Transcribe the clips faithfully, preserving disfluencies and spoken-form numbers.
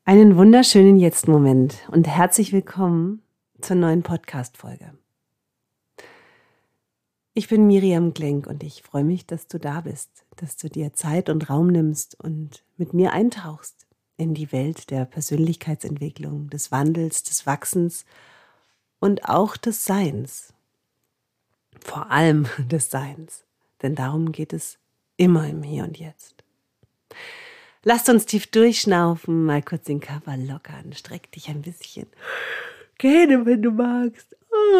Einen wunderschönen Jetzt-Moment und herzlich willkommen zur neuen Podcast-Folge. Ich bin Miriam Glenk und ich freue mich, dass du da bist, dass du dir Zeit und Raum nimmst und mit mir eintauchst in die Welt der Persönlichkeitsentwicklung, des Wandels, des Wachsens und auch des Seins. Vor allem des Seins, denn darum geht es immer im Hier und Jetzt. Lasst uns tief durchschnaufen, mal kurz den Körper lockern, streck dich ein bisschen. Gähne, wenn du magst.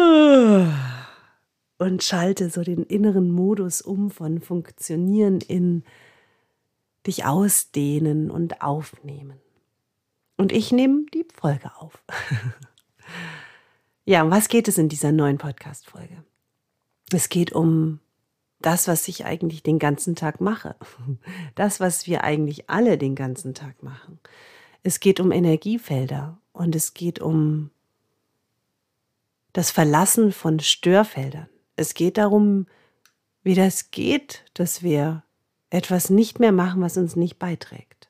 Und schalte so den inneren Modus um von Funktionieren in dich ausdehnen und aufnehmen. Und ich nehme die Folge auf. Ja, um was geht es in dieser neuen Podcast-Folge? Es geht um das, was ich eigentlich den ganzen Tag mache. Das, was wir eigentlich alle den ganzen Tag machen. Es geht um Energiefelder und es geht um das Verlassen von Störfeldern. Es geht darum, wie das geht, dass wir etwas nicht mehr machen, was uns nicht beiträgt.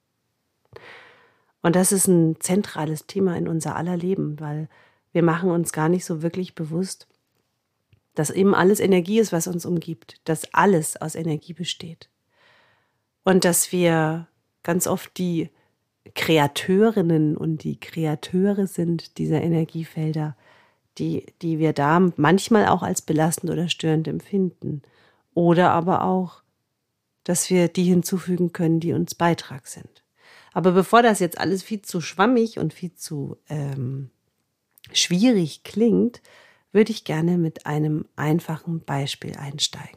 Und das ist ein zentrales Thema in unser aller Leben, weil wir machen uns gar nicht so wirklich bewusst, dass eben alles Energie ist, was uns umgibt, dass alles aus Energie besteht. Und dass wir ganz oft die Kreateurinnen und die Kreateure sind dieser Energiefelder, die, die wir da manchmal auch als belastend oder störend empfinden. Oder aber auch, dass wir die hinzufügen können, die uns Beitrag sind. Aber bevor das jetzt alles viel zu schwammig und viel zu ähm, schwierig klingt, würde ich gerne mit einem einfachen Beispiel einsteigen.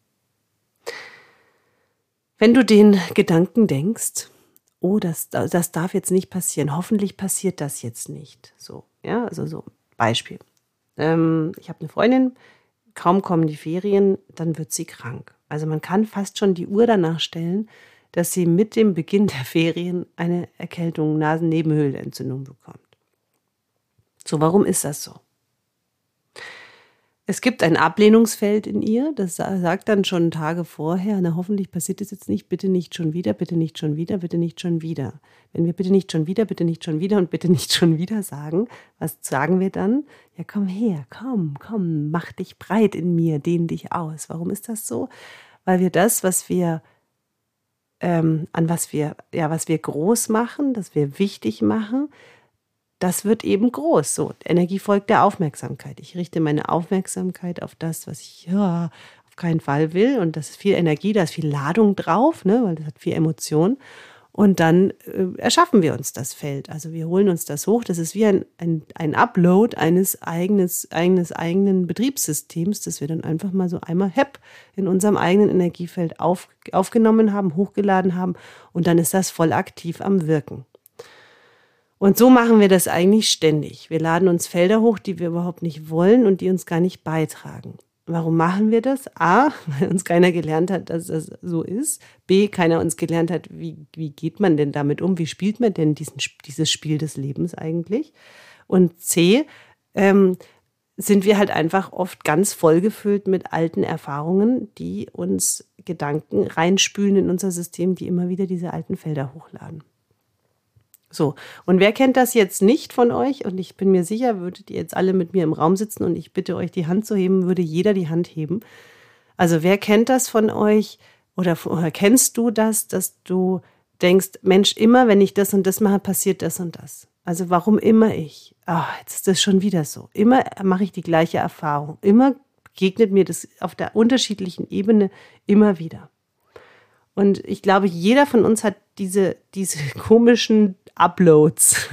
Wenn du den Gedanken denkst, oh, das, das darf jetzt nicht passieren, hoffentlich passiert das jetzt nicht. So, ja, also so Beispiel. Ähm, ich habe eine Freundin, kaum kommen die Ferien, dann wird sie krank. Also man kann fast schon die Uhr danach stellen, dass sie mit dem Beginn der Ferien eine Erkältung, Nasennebenhöhlenentzündung bekommt. So, warum ist das so? Es gibt ein Ablehnungsfeld in ihr, das sagt dann schon Tage vorher, na hoffentlich passiert es jetzt nicht, bitte nicht schon wieder, bitte nicht schon wieder, bitte nicht schon wieder. Wenn wir bitte nicht schon wieder, bitte nicht schon wieder und bitte nicht schon wieder sagen, was sagen wir dann? Ja, komm her, komm, komm, mach dich breit in mir, dehn dich aus. Warum ist das so? Weil wir das, was wir, ähm, an was wir, ja, was wir groß machen, das wir wichtig machen, das wird eben groß. So, Energie folgt der Aufmerksamkeit. Ich richte meine Aufmerksamkeit auf das, was ich ja, auf keinen Fall will. Und das ist viel Energie, da ist viel Ladung drauf, ne, weil das hat viel Emotion. Und dann äh, erschaffen wir uns das Feld. Also wir holen uns das hoch. Das ist wie ein, ein, ein Upload eines eigenes, eigenes eigenen Betriebssystems, das wir dann einfach mal so einmal hepp in unserem eigenen Energiefeld auf, aufgenommen haben, hochgeladen haben. Und dann ist das voll aktiv am Wirken. Und so machen wir das eigentlich ständig. Wir laden uns Felder hoch, die wir überhaupt nicht wollen und die uns gar nicht beitragen. Warum machen wir das? A, weil uns keiner gelernt hat, dass das so ist. B, keiner uns gelernt hat, wie, wie geht man denn damit um? Wie spielt man denn diesen, dieses Spiel des Lebens eigentlich? Und C, ähm, sind wir halt einfach oft ganz vollgefüllt mit alten Erfahrungen, die uns Gedanken reinspülen in unser System, die immer wieder diese alten Felder hochladen. So, und wer kennt das jetzt nicht von euch? Und ich bin mir sicher, würdet ihr jetzt alle mit mir im Raum sitzen und ich bitte euch, die Hand zu heben, würde jeder die Hand heben. Also wer kennt das von euch oder, oder kennst du das, dass du denkst, Mensch, immer wenn ich das und das mache, passiert das und das. Also warum immer ich? Ah, jetzt ist das schon wieder so. Immer mache ich die gleiche Erfahrung. Immer begegnet mir das auf der unterschiedlichen Ebene immer wieder. Und ich glaube, jeder von uns hat diese, diese komischen Uploads.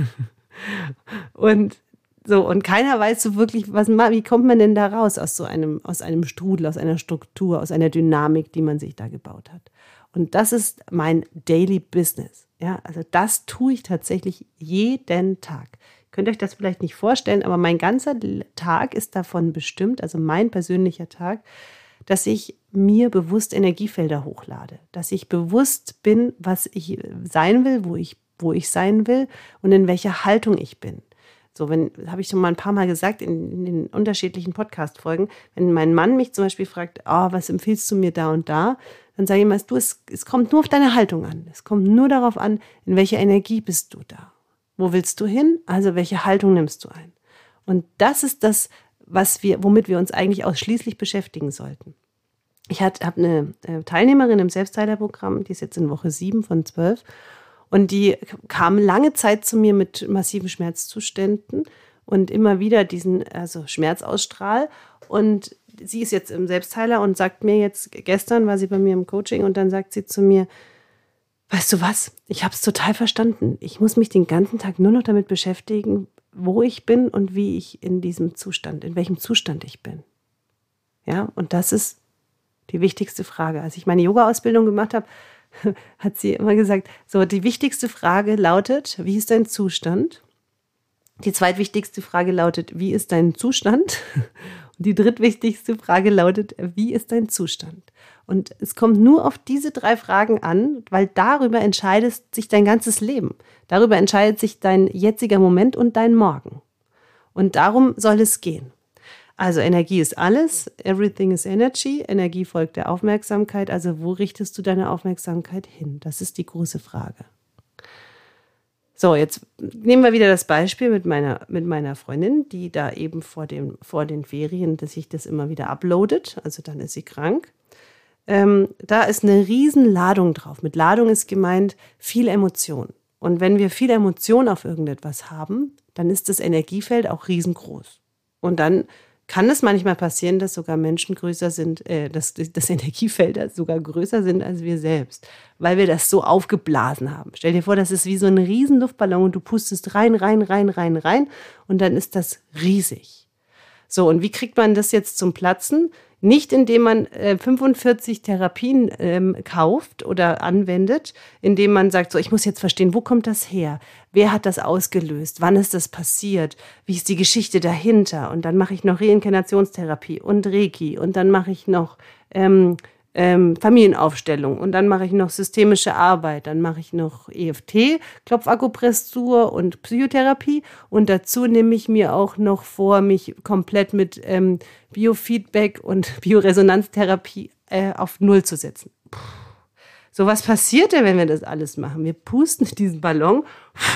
Und so, und keiner weiß so wirklich, was, wie kommt man denn da raus aus so einem, aus einem Strudel, aus einer Struktur, aus einer Dynamik, die man sich da gebaut hat. Und das ist mein Daily Business. Ja, also das tue ich tatsächlich jeden Tag. Ihr könnt euch das vielleicht nicht vorstellen, aber mein ganzer Tag ist davon bestimmt, also mein persönlicher Tag, dass ich mir bewusst Energiefelder hochlade, dass ich bewusst bin, was ich sein will, wo ich, wo ich sein will und in welcher Haltung ich bin. So, wenn, habe ich schon mal ein paar Mal gesagt in, in den unterschiedlichen Podcast-Folgen, wenn mein Mann mich zum Beispiel fragt, oh, was empfiehlst du mir da und da, dann sage ich immer, du, es, es kommt nur auf deine Haltung an. Es kommt nur darauf an, in welcher Energie bist du da. Wo willst du hin? Also welche Haltung nimmst du ein? Und das ist das, was wir, womit wir uns eigentlich ausschließlich beschäftigen sollten. Ich habe eine Teilnehmerin im Selbstheilerprogramm, die ist jetzt in Woche sieben von zwölf, und die kam lange Zeit zu mir mit massiven Schmerzzuständen und immer wieder diesen also Schmerzausstrahl. Und sie ist jetzt im Selbstheiler und sagt mir jetzt, gestern war sie bei mir im Coaching und dann sagt sie zu mir, weißt du was, ich habe es total verstanden. Ich muss mich den ganzen Tag nur noch damit beschäftigen, wo ich bin und wie ich in diesem Zustand, in welchem Zustand ich bin. Ja, und das ist die wichtigste Frage. Als ich meine Yoga-Ausbildung gemacht habe, hat sie immer gesagt, so die wichtigste Frage lautet, wie ist dein Zustand? Die zweitwichtigste Frage lautet, wie ist dein Zustand? Und die drittwichtigste Frage lautet, wie ist dein Zustand? Und es kommt nur auf diese drei Fragen an, weil darüber entscheidet sich dein ganzes Leben. Darüber entscheidet sich dein jetziger Moment und dein Morgen. Und darum soll es gehen. Also Energie ist alles, everything is energy, Energie folgt der Aufmerksamkeit, also wo richtest du deine Aufmerksamkeit hin? Das ist die große Frage. So, jetzt nehmen wir wieder das Beispiel mit meiner, mit meiner Freundin, die da eben vor, dem, vor den Ferien, dass sich das immer wieder uploadet, also dann ist sie krank. Ähm, da ist eine riesen Ladung drauf. Mit Ladung ist gemeint viel Emotion. Und wenn wir viel Emotion auf irgendetwas haben, dann ist das Energiefeld auch riesengroß. Und dann kann es manchmal passieren, dass sogar Menschen größer sind, äh, dass das Energiefelder sogar größer sind als wir selbst, weil wir das so aufgeblasen haben. Stell dir vor, das ist wie so ein riesen Luftballon und du pustest rein, rein, rein, rein, rein und dann ist das riesig. So, und wie kriegt man das jetzt zum Platzen? Nicht, indem man äh, fünfundvierzig Therapien ähm, kauft oder anwendet, indem man sagt, so, ich muss jetzt verstehen, wo kommt das her? Wer hat das ausgelöst? Wann ist das passiert? Wie ist die Geschichte dahinter? Und dann mache ich noch Reinkarnationstherapie und Reiki und dann mache ich noch ähm, ähm, Familienaufstellung und dann mache ich noch systemische Arbeit, dann mache ich noch E F T, Klopfakupressur und Psychotherapie und dazu nehme ich mir auch noch vor, mich komplett mit ähm, Biofeedback und Bioresonanztherapie äh, auf Null zu setzen. Puh. So, was passiert denn, wenn wir das alles machen? Wir pusten diesen Ballon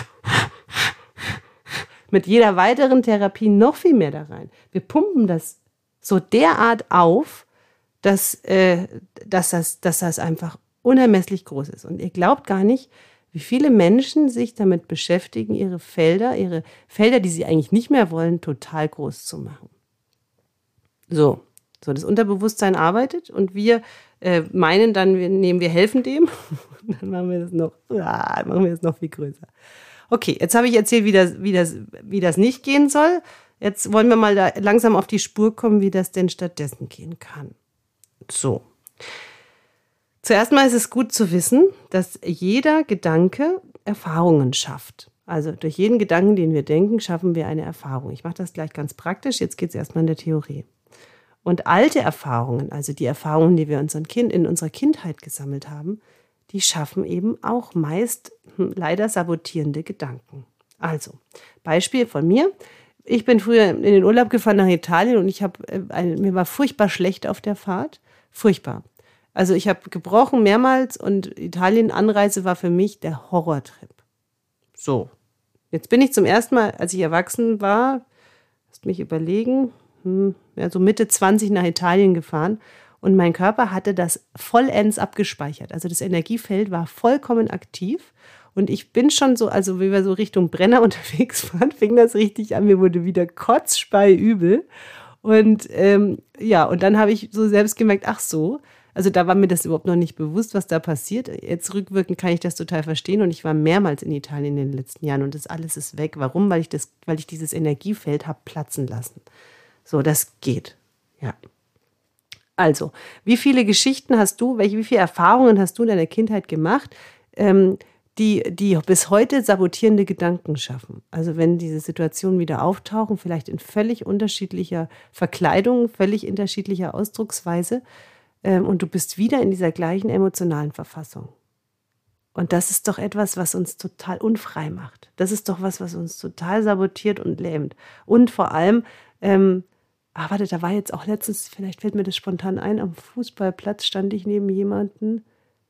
mit jeder weiteren Therapie noch viel mehr da rein. Wir pumpen das so derart auf, dass, äh, dass, das, dass das einfach unermesslich groß ist. Und ihr glaubt gar nicht, wie viele Menschen sich damit beschäftigen, ihre Felder, ihre Felder, die sie eigentlich nicht mehr wollen, total groß zu machen. So, so das Unterbewusstsein arbeitet und wir äh, meinen dann, wir nehmen, wir helfen dem. Dann machen wir das noch, ah, machen wir das noch viel größer. Okay, jetzt habe ich erzählt, wie das, wie das, wie das nicht gehen soll. Jetzt wollen wir mal da langsam auf die Spur kommen, wie das denn stattdessen gehen kann. So. Zuerst mal ist es gut zu wissen, dass jeder Gedanke Erfahrungen schafft. Also durch jeden Gedanken, den wir denken, schaffen wir eine Erfahrung. Ich mache das gleich ganz praktisch. Jetzt geht es erstmal in der Theorie. Und alte Erfahrungen, also die Erfahrungen, die wir unseren kind, in unserer Kindheit gesammelt haben, die schaffen eben auch meist hm, leider sabotierende Gedanken. Also, Beispiel von mir. Ich bin früher in den Urlaub gefahren nach Italien und ich habe, äh, mir war furchtbar schlecht auf der Fahrt. Furchtbar. Also ich habe gebrochen mehrmals und Italien-Anreise war für mich der Horrortrip. So, jetzt bin ich zum ersten Mal, als ich erwachsen war, lasst mich überlegen, hm, ja, so Mitte zwanzig nach Italien gefahren und mein Körper hatte das vollends abgespeichert. Also das Energiefeld war vollkommen aktiv und ich bin schon so, also wie wir so Richtung Brenner unterwegs waren, fing das richtig an, mir wurde wieder kotzspeiübel. Und ähm, ja, und dann habe ich so selbst gemerkt, ach so, also da war mir das überhaupt noch nicht bewusst, was da passiert. Jetzt rückwirkend kann ich das total verstehen und ich war mehrmals in Italien in den letzten Jahren und das alles ist weg. Warum? Weil ich das, weil ich dieses Energiefeld habe platzen lassen. So, das geht. Ja. Also, wie viele Geschichten hast du, welche, wie viele Erfahrungen hast du in deiner Kindheit gemacht, ähm, die, die bis heute sabotierende Gedanken schaffen? Also wenn diese Situationen wieder auftauchen, vielleicht in völlig unterschiedlicher Verkleidung, völlig unterschiedlicher Ausdrucksweise, ähm, und du bist wieder in dieser gleichen emotionalen Verfassung. Und das ist doch etwas, was uns total unfrei macht. Das ist doch was, was uns total sabotiert und lähmt. Und vor allem, ähm, ah, warte, da war jetzt auch letztens, vielleicht fällt mir das spontan ein, am Fußballplatz stand ich neben jemanden.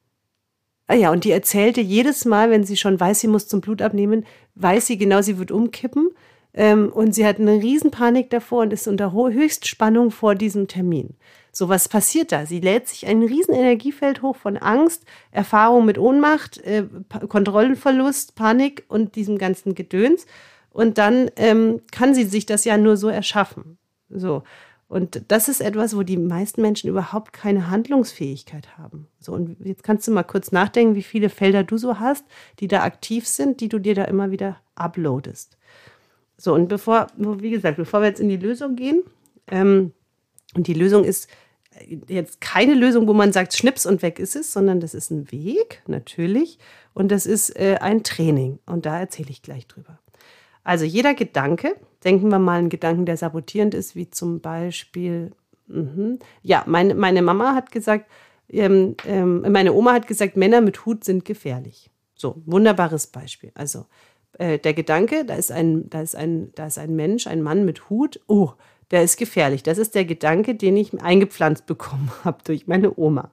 Ah ja, und die erzählte jedes Mal, wenn sie schon weiß, sie muss zum Blut abnehmen, weiß sie genau, sie wird umkippen. Ähm, und sie hat eine Riesenpanik davor und ist unter Höchstspannung vor diesem Termin. So, was passiert da? Sie lädt sich ein riesen Energiefeld hoch von Angst, Erfahrung mit Ohnmacht, äh, Pa- Kontrollenverlust, Panik und diesem ganzen Gedöns. Und dann ähm, kann sie sich das ja nur so erschaffen. So. Und das ist etwas, wo die meisten Menschen überhaupt keine Handlungsfähigkeit haben. So, und jetzt kannst du mal kurz nachdenken, wie viele Felder du so hast, die da aktiv sind, die du dir da immer wieder uploadest. So, und bevor, wie gesagt, bevor wir jetzt in die Lösung gehen, ähm, und die Lösung ist jetzt keine Lösung, wo man sagt, schnips und weg ist es, sondern das ist ein Weg, natürlich, und das ist äh, ein Training. Und da erzähle ich gleich drüber. Also jeder Gedanke, denken wir mal einen Gedanken, der sabotierend ist, wie zum Beispiel, mhm, ja, meine, meine Mama hat gesagt, ähm, ähm, meine Oma hat gesagt, Männer mit Hut sind gefährlich. So, wunderbares Beispiel. Also äh, der Gedanke, da ist ein, da ist ein, da ist ein Mensch, ein Mann mit Hut, oh, der ist gefährlich. Das ist der Gedanke, den ich eingepflanzt bekommen habe durch meine Oma.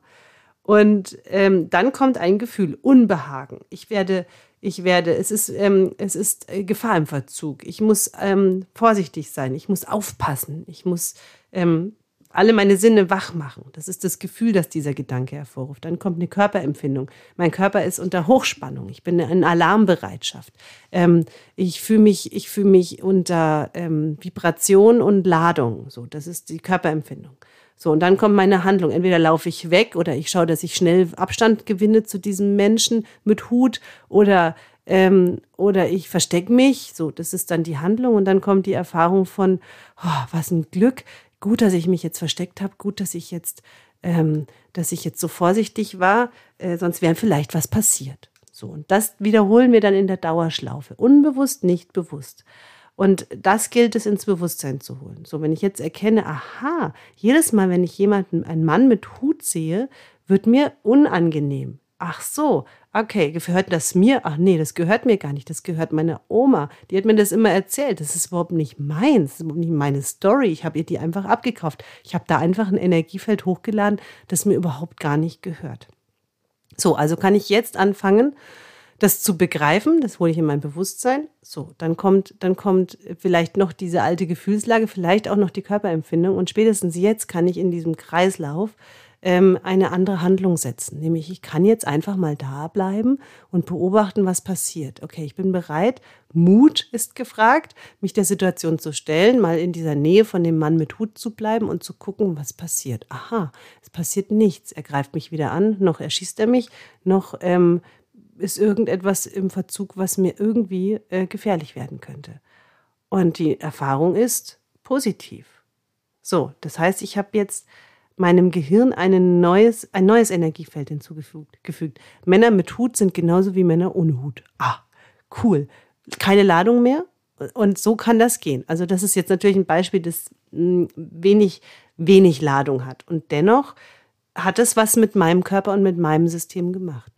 Und ähm, dann kommt ein Gefühl, Unbehagen. Ich werde, ich werde, es ist, ähm, es ist äh, Gefahr im Verzug. Ich muss ähm, vorsichtig sein. Ich muss aufpassen. Ich muss ähm, alle meine Sinne wach machen. Das ist das Gefühl, das dieser Gedanke hervorruft. Dann kommt eine Körperempfindung. Mein Körper ist unter Hochspannung. Ich bin in Alarmbereitschaft. Ähm, ich fühle mich, ich fühle mich unter ähm, Vibration und Ladung. So, das ist die Körperempfindung. So, und dann kommt meine Handlung. Entweder laufe ich weg oder ich schaue, dass ich schnell Abstand gewinne zu diesem Menschen mit Hut oder, ähm, oder ich verstecke mich. So, das ist dann die Handlung. Und dann kommt die Erfahrung von, oh, was ein Glück. Gut, dass ich mich jetzt versteckt habe. Gut, dass ich jetzt, ähm, dass ich jetzt so vorsichtig war. Äh, sonst wäre vielleicht was passiert. So, und das wiederholen wir dann in der Dauerschlaufe. Unbewusst, nicht bewusst. Und das gilt es ins Bewusstsein zu holen. So, wenn ich jetzt erkenne, aha, jedes Mal, wenn ich jemanden, einen Mann mit Hut sehe, wird mir unangenehm. Ach so, okay, gehört das mir? Ach nee, das gehört mir gar nicht. Das gehört meiner Oma. Die hat mir das immer erzählt. Das ist überhaupt nicht meins. Das ist überhaupt nicht meine Story. Ich habe ihr die einfach abgekauft. Ich habe da einfach ein Energiefeld hochgeladen, das mir überhaupt gar nicht gehört. So, also kann ich jetzt anfangen, das zu begreifen, das hole ich in mein Bewusstsein. So, dann kommt, dann kommt vielleicht noch diese alte Gefühlslage, vielleicht auch noch die Körperempfindung. Und spätestens jetzt kann ich in diesem Kreislauf ähm, eine andere Handlung setzen. Nämlich, ich kann jetzt einfach mal da bleiben und beobachten, was passiert. Okay, ich bin bereit. Mut ist gefragt, mich der Situation zu stellen, mal in dieser Nähe von dem Mann mit Hut zu bleiben und zu gucken, was passiert. Aha, es passiert nichts. Er greift mich wieder an, noch erschießt er mich, noch ähm, ist irgendetwas im Verzug, was mir irgendwie äh, gefährlich werden könnte. Und die Erfahrung ist positiv. So, das heißt, ich habe jetzt meinem Gehirn ein neues, ein neues Energiefeld hinzugefügt. Gefügt. Männer mit Hut sind genauso wie Männer ohne Hut. Ah, cool. Keine Ladung mehr. Und so kann das gehen. Also das ist jetzt natürlich ein Beispiel, das mh, wenig, wenig Ladung hat. Und dennoch hat es was mit meinem Körper und mit meinem System gemacht.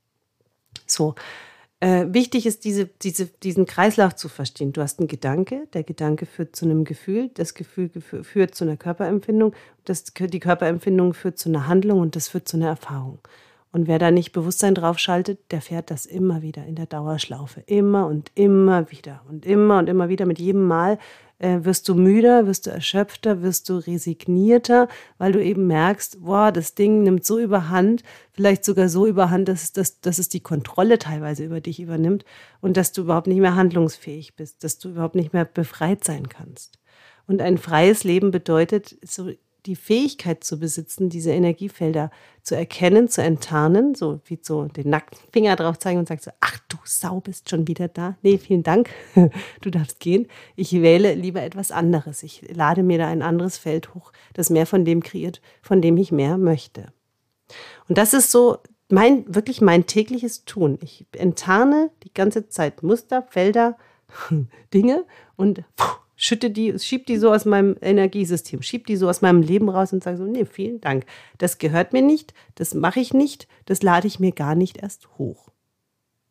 So, äh, wichtig ist, diese, diese, diesen Kreislauf zu verstehen. Du hast einen Gedanke, der Gedanke führt zu einem Gefühl, das Gefühl gef- führt zu einer Körperempfindung, das, die Körperempfindung führt zu einer Handlung und das führt zu einer Erfahrung. Und wer da nicht Bewusstsein drauf schaltet, der fährt das immer wieder in der Dauerschlaufe. Immer und immer wieder und immer und immer wieder. Mit jedem Mal äh, wirst du müder, wirst du erschöpfter, wirst du resignierter, weil du eben merkst, boah, das Ding nimmt so überhand, vielleicht sogar so überhand, dass es, dass, dass es die Kontrolle teilweise über dich übernimmt und dass du überhaupt nicht mehr handlungsfähig bist, dass du überhaupt nicht mehr befreit sein kannst. Und ein freies Leben bedeutet, so die Fähigkeit zu besitzen, diese Energiefelder zu erkennen, zu enttarnen, so wie so den nackten Finger drauf zeigen und sagen so, ach du Sau, bist schon wieder da. Nee, vielen Dank, du darfst gehen. Ich wähle lieber etwas anderes. Ich lade mir da ein anderes Feld hoch, das mehr von dem kreiert, von dem ich mehr möchte. Und das ist so mein, wirklich mein tägliches Tun. Ich enttarne die ganze Zeit Muster, Felder, Dinge und pfuh, schütte die, schieb die so aus meinem Energiesystem, schieb die so aus meinem Leben raus und sage so, nee, vielen Dank. Das gehört mir nicht, das mache ich nicht, das lade ich mir gar nicht erst hoch.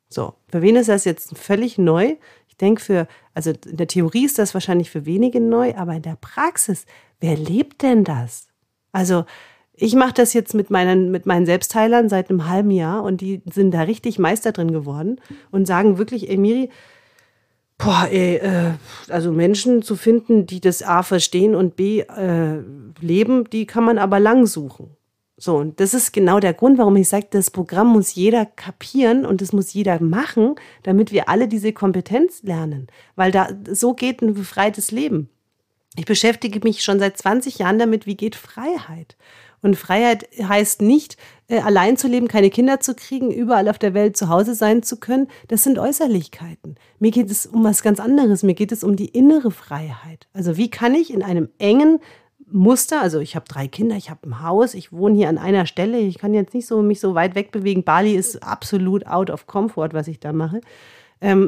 So, für wen ist das jetzt völlig neu? Ich denke für, also in der Theorie ist das wahrscheinlich für wenige neu, aber in der Praxis, wer lebt denn das? Also ich mache das jetzt mit meinen, mit meinen Selbstheilern seit einem halben Jahr und die sind da richtig Meister drin geworden und sagen wirklich, ey Miri, boah, ey, äh, also Menschen zu finden, die das A verstehen und B äh, leben, die kann man aber lang suchen. So, und das ist genau der Grund, warum ich sage, das Programm muss jeder kapieren und das muss jeder machen, damit wir alle diese Kompetenz lernen. Weil da so geht ein befreites Leben. Ich beschäftige mich schon seit zwanzig Jahren damit, wie geht Freiheit. Und Freiheit heißt nicht, äh, allein zu leben, keine Kinder zu kriegen, überall auf der Welt zu Hause sein zu können. Das sind Äußerlichkeiten. Mir geht es um was ganz anderes. Mir geht es um die innere Freiheit. Also wie kann ich in einem engen Muster, also ich habe drei Kinder, ich habe ein Haus, ich wohne hier an einer Stelle, ich kann jetzt nicht so mich so weit wegbewegen. Bali ist absolut out of comfort, was ich da mache. Ähm,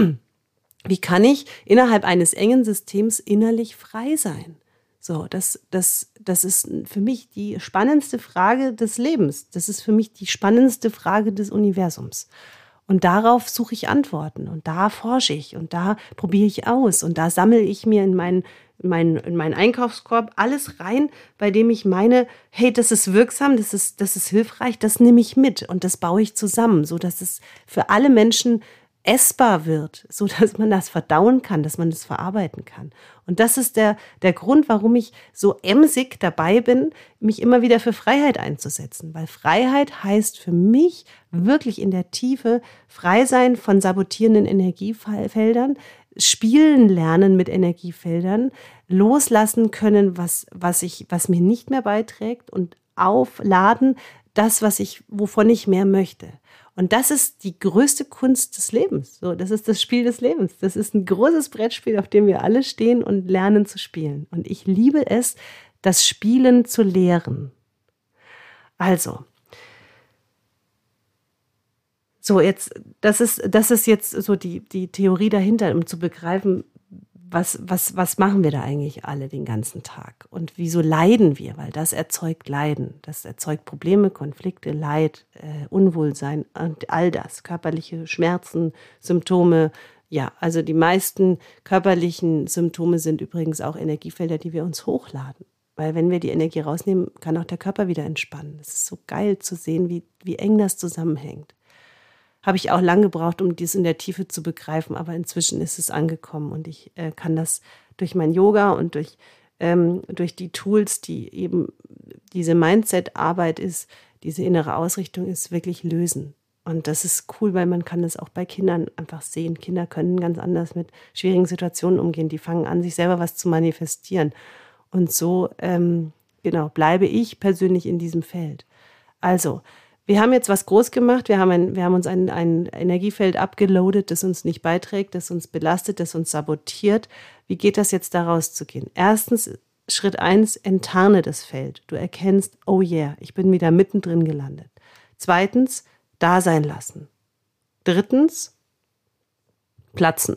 wie kann ich innerhalb eines engen Systems innerlich frei sein? So, das, das, das ist für mich die spannendste Frage des Lebens. Das ist für mich die spannendste Frage des Universums. Und darauf suche ich Antworten und da forsche ich und da probiere ich aus und da sammle ich mir in meinen, in meinen, in meinen Einkaufskorb alles rein, bei dem ich meine, hey, das ist wirksam, das ist, das ist hilfreich, das nehme ich mit und das baue ich zusammen, so dass es für alle Menschen essbar wird, so dass man das verdauen kann, dass man das verarbeiten kann. Und das ist der, der Grund, warum ich so emsig dabei bin, mich immer wieder für Freiheit einzusetzen. Weil Freiheit heißt für mich wirklich in der Tiefe frei sein von sabotierenden Energiefeldern, spielen lernen mit Energiefeldern, loslassen können, was, was, ich, was mir nicht mehr beiträgt und aufladen, das, was ich, wovon ich mehr möchte. Und das ist die größte Kunst des Lebens. So, das ist das Spiel des Lebens. Das ist ein großes Brettspiel, auf dem wir alle stehen und lernen zu spielen. Und ich liebe es, das Spielen zu lehren. Also, so jetzt, das ist, das ist jetzt so die, die Theorie dahinter, um zu begreifen, was, was, was machen wir da eigentlich alle den ganzen Tag? Und wieso leiden wir? Weil das erzeugt Leiden. Das erzeugt Probleme, Konflikte, Leid, äh, Unwohlsein und all das. Körperliche Schmerzen, Symptome. Ja, also die meisten körperlichen Symptome sind übrigens auch Energiefelder, die wir uns hochladen. Weil wenn wir die Energie rausnehmen, kann auch der Körper wieder entspannen. Es ist so geil zu sehen, wie, wie eng das zusammenhängt. Habe ich auch lange gebraucht, um dies in der Tiefe zu begreifen, aber inzwischen ist es angekommen und ich äh, kann das durch mein Yoga und durch, ähm, durch die Tools, die eben diese Mindset-Arbeit ist, diese innere Ausrichtung ist, wirklich lösen. Und das ist cool, weil man kann das auch bei Kindern einfach sehen. Kinder können ganz anders mit schwierigen Situationen umgehen. Die fangen an, sich selber was zu manifestieren. Und so, ähm, genau, bleibe ich persönlich in diesem Feld. Also, wir haben jetzt was groß gemacht, wir haben, ein, wir haben uns ein, ein Energiefeld abgeloadet, das uns nicht beiträgt, das uns belastet, das uns sabotiert. Wie geht das jetzt da rauszugehen? Erstens, Schritt eins, enttarne das Feld. Du erkennst, oh yeah, ich bin wieder mittendrin gelandet. Zweitens, da sein lassen. Drittens, platzen.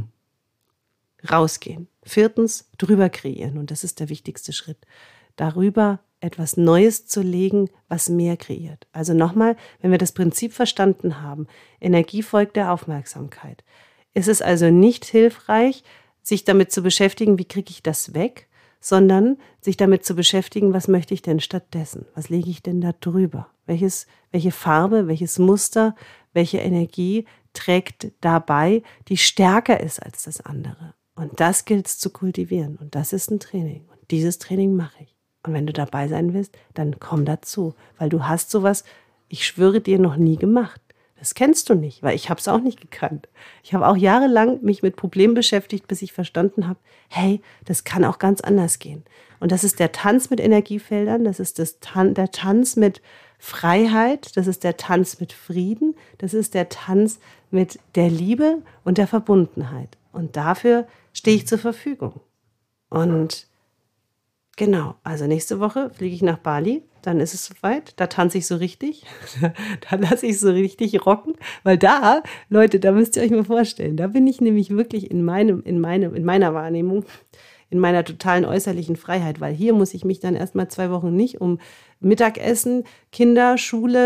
Rausgehen. Viertens, drüber kreieren. Und das ist der wichtigste Schritt. Darüber etwas Neues zu legen, was mehr kreiert. Also nochmal, wenn wir das Prinzip verstanden haben, Energie folgt der Aufmerksamkeit. Ist es also nicht hilfreich, sich damit zu beschäftigen, wie kriege ich das weg, sondern sich damit zu beschäftigen, was möchte ich denn stattdessen? Was lege ich denn da drüber? Welches, welche Farbe, welches Muster, welche Energie trägt dabei, die stärker ist als das andere? Und das gilt es zu kultivieren. Und das ist ein Training. Und dieses Training mache ich. Und wenn du dabei sein willst, dann komm dazu, weil du hast sowas, ich schwöre dir, noch nie gemacht. Das kennst du nicht, weil ich habe es auch nicht gekannt. Ich habe auch jahrelang mich mit Problemen beschäftigt, bis ich verstanden habe, hey, das kann auch ganz anders gehen. Und das ist der Tanz mit Energiefeldern, das ist das Tan- der Tanz mit Freiheit, das ist der Tanz mit Frieden, das ist der Tanz mit der Liebe und der Verbundenheit. Und dafür stehe ich zur Verfügung. Und genau, also nächste Woche fliege ich nach Bali, dann ist es soweit, da tanze ich so richtig, da lasse ich so richtig rocken, weil da, Leute, da müsst ihr euch mal vorstellen, da bin ich nämlich wirklich in meinem, in meinem, in meiner Wahrnehmung, in meiner totalen äußerlichen Freiheit, weil hier muss ich mich dann erstmal zwei Wochen nicht um Mittagessen, Kinder, Schule,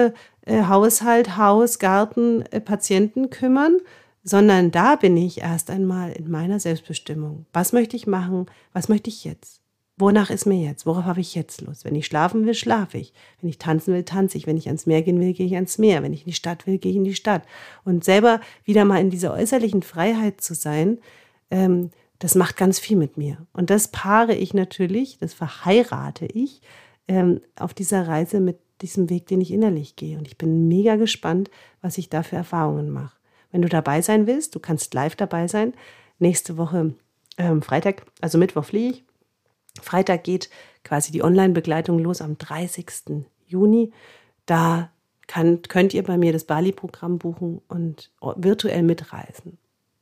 äh, Haushalt, Haus, Garten, äh, Patienten kümmern, sondern da bin ich erst einmal in meiner Selbstbestimmung. Was möchte ich machen? Was möchte ich jetzt? Wonach ist mir jetzt? Worauf habe ich jetzt Lust? Wenn ich schlafen will, schlafe ich. Wenn ich tanzen will, tanze ich. Wenn ich ans Meer gehen will, gehe ich ans Meer. Wenn ich in die Stadt will, gehe ich in die Stadt. Und selber wieder mal in dieser äußerlichen Freiheit zu sein, ähm, das macht ganz viel mit mir. Und das paare ich natürlich, das verheirate ich ähm, auf dieser Reise mit diesem Weg, den ich innerlich gehe. Und ich bin mega gespannt, was ich da für Erfahrungen mache. Wenn du dabei sein willst, du kannst live dabei sein. Nächste Woche ähm, Freitag, also Mittwoch fliege ich. Freitag geht quasi die Online-Begleitung los am dreißigsten Juni. Da kann, könnt ihr bei mir das Bali-Programm buchen und virtuell mitreisen.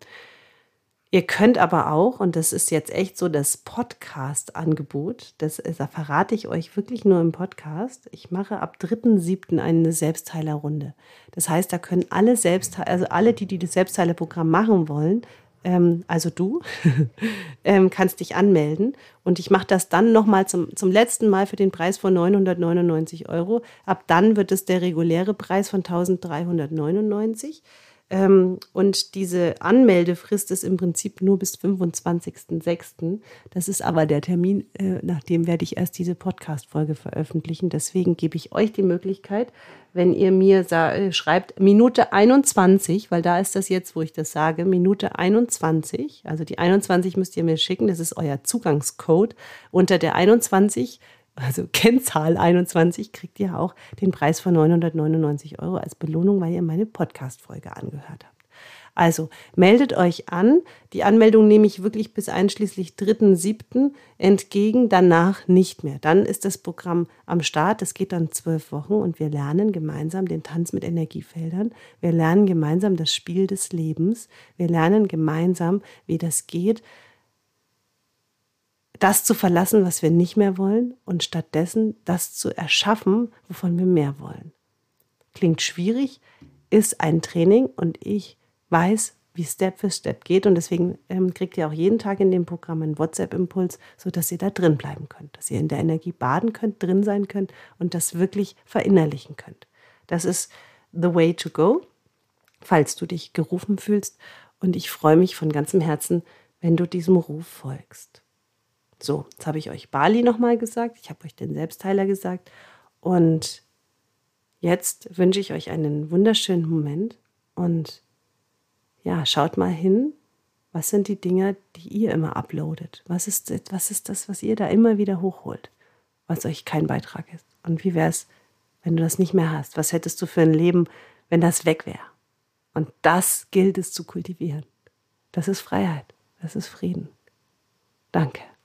Ihr könnt aber auch, und das ist jetzt echt so das Podcast-Angebot, das, das verrate ich euch wirklich nur im Podcast, ich mache ab dritten siebten eine Selbstheilerrunde. Das heißt, da können alle Selbstheiler, also alle, die, die das Selbstheilerprogramm machen wollen, ähm, also du, ähm, kannst dich anmelden. Und ich mache das dann nochmal zum, zum letzten Mal für den Preis von neunhundertneunundneunzig Euro. Ab dann wird es der reguläre Preis von eintausenddreihundertneunundneunzig. Ähm, und diese Anmeldefrist ist im Prinzip nur bis fünfundzwanzigsten sechsten Das ist aber der Termin, äh, nachdem werde ich erst diese Podcast-Folge veröffentlichen. Deswegen gebe ich euch die Möglichkeit, wenn ihr mir sa- äh, schreibt, Minute einundzwanzig, weil da ist das jetzt, wo ich das sage, Minute einundzwanzig, also die einundzwanzig müsst ihr mir schicken, das ist euer Zugangscode. Unter der einundzwanzig, also Kennzahl einundzwanzig, kriegt ihr auch den Preis von neunhundertneunundneunzig Euro als Belohnung, weil ihr meine Podcast-Folge angehört habt. Also meldet euch an. Die Anmeldung nehme ich wirklich bis einschließlich dritten siebten entgegen, danach nicht mehr. Dann ist das Programm am Start. Es geht dann zwölf Wochen und wir lernen gemeinsam den Tanz mit Energiefeldern. Wir lernen gemeinsam das Spiel des Lebens. Wir lernen gemeinsam, wie das geht, das zu verlassen, was wir nicht mehr wollen und stattdessen das zu erschaffen, wovon wir mehr wollen. Klingt schwierig, ist ein Training und ich weiß, wie Step für Step geht und deswegen ähm, kriegt ihr auch jeden Tag in dem Programm einen WhatsApp-Impuls, sodass ihr da drin bleiben könnt, dass ihr in der Energie baden könnt, drin sein könnt und das wirklich verinnerlichen könnt. Das ist the way to go, falls du dich gerufen fühlst und ich freue mich von ganzem Herzen, wenn du diesem Ruf folgst. So, jetzt habe ich euch Bali nochmal gesagt, ich habe euch den Selbstheiler gesagt und jetzt wünsche ich euch einen wunderschönen Moment und ja, schaut mal hin, was sind die Dinge, die ihr immer uploadet? Was ist, was ist das, was ihr da immer wieder hochholt, was euch kein Beitrag ist? Und wie wäre es, wenn du das nicht mehr hast? Was hättest du für ein Leben, wenn das weg wäre? Und das gilt es zu kultivieren. Das ist Freiheit, das ist Frieden. Danke.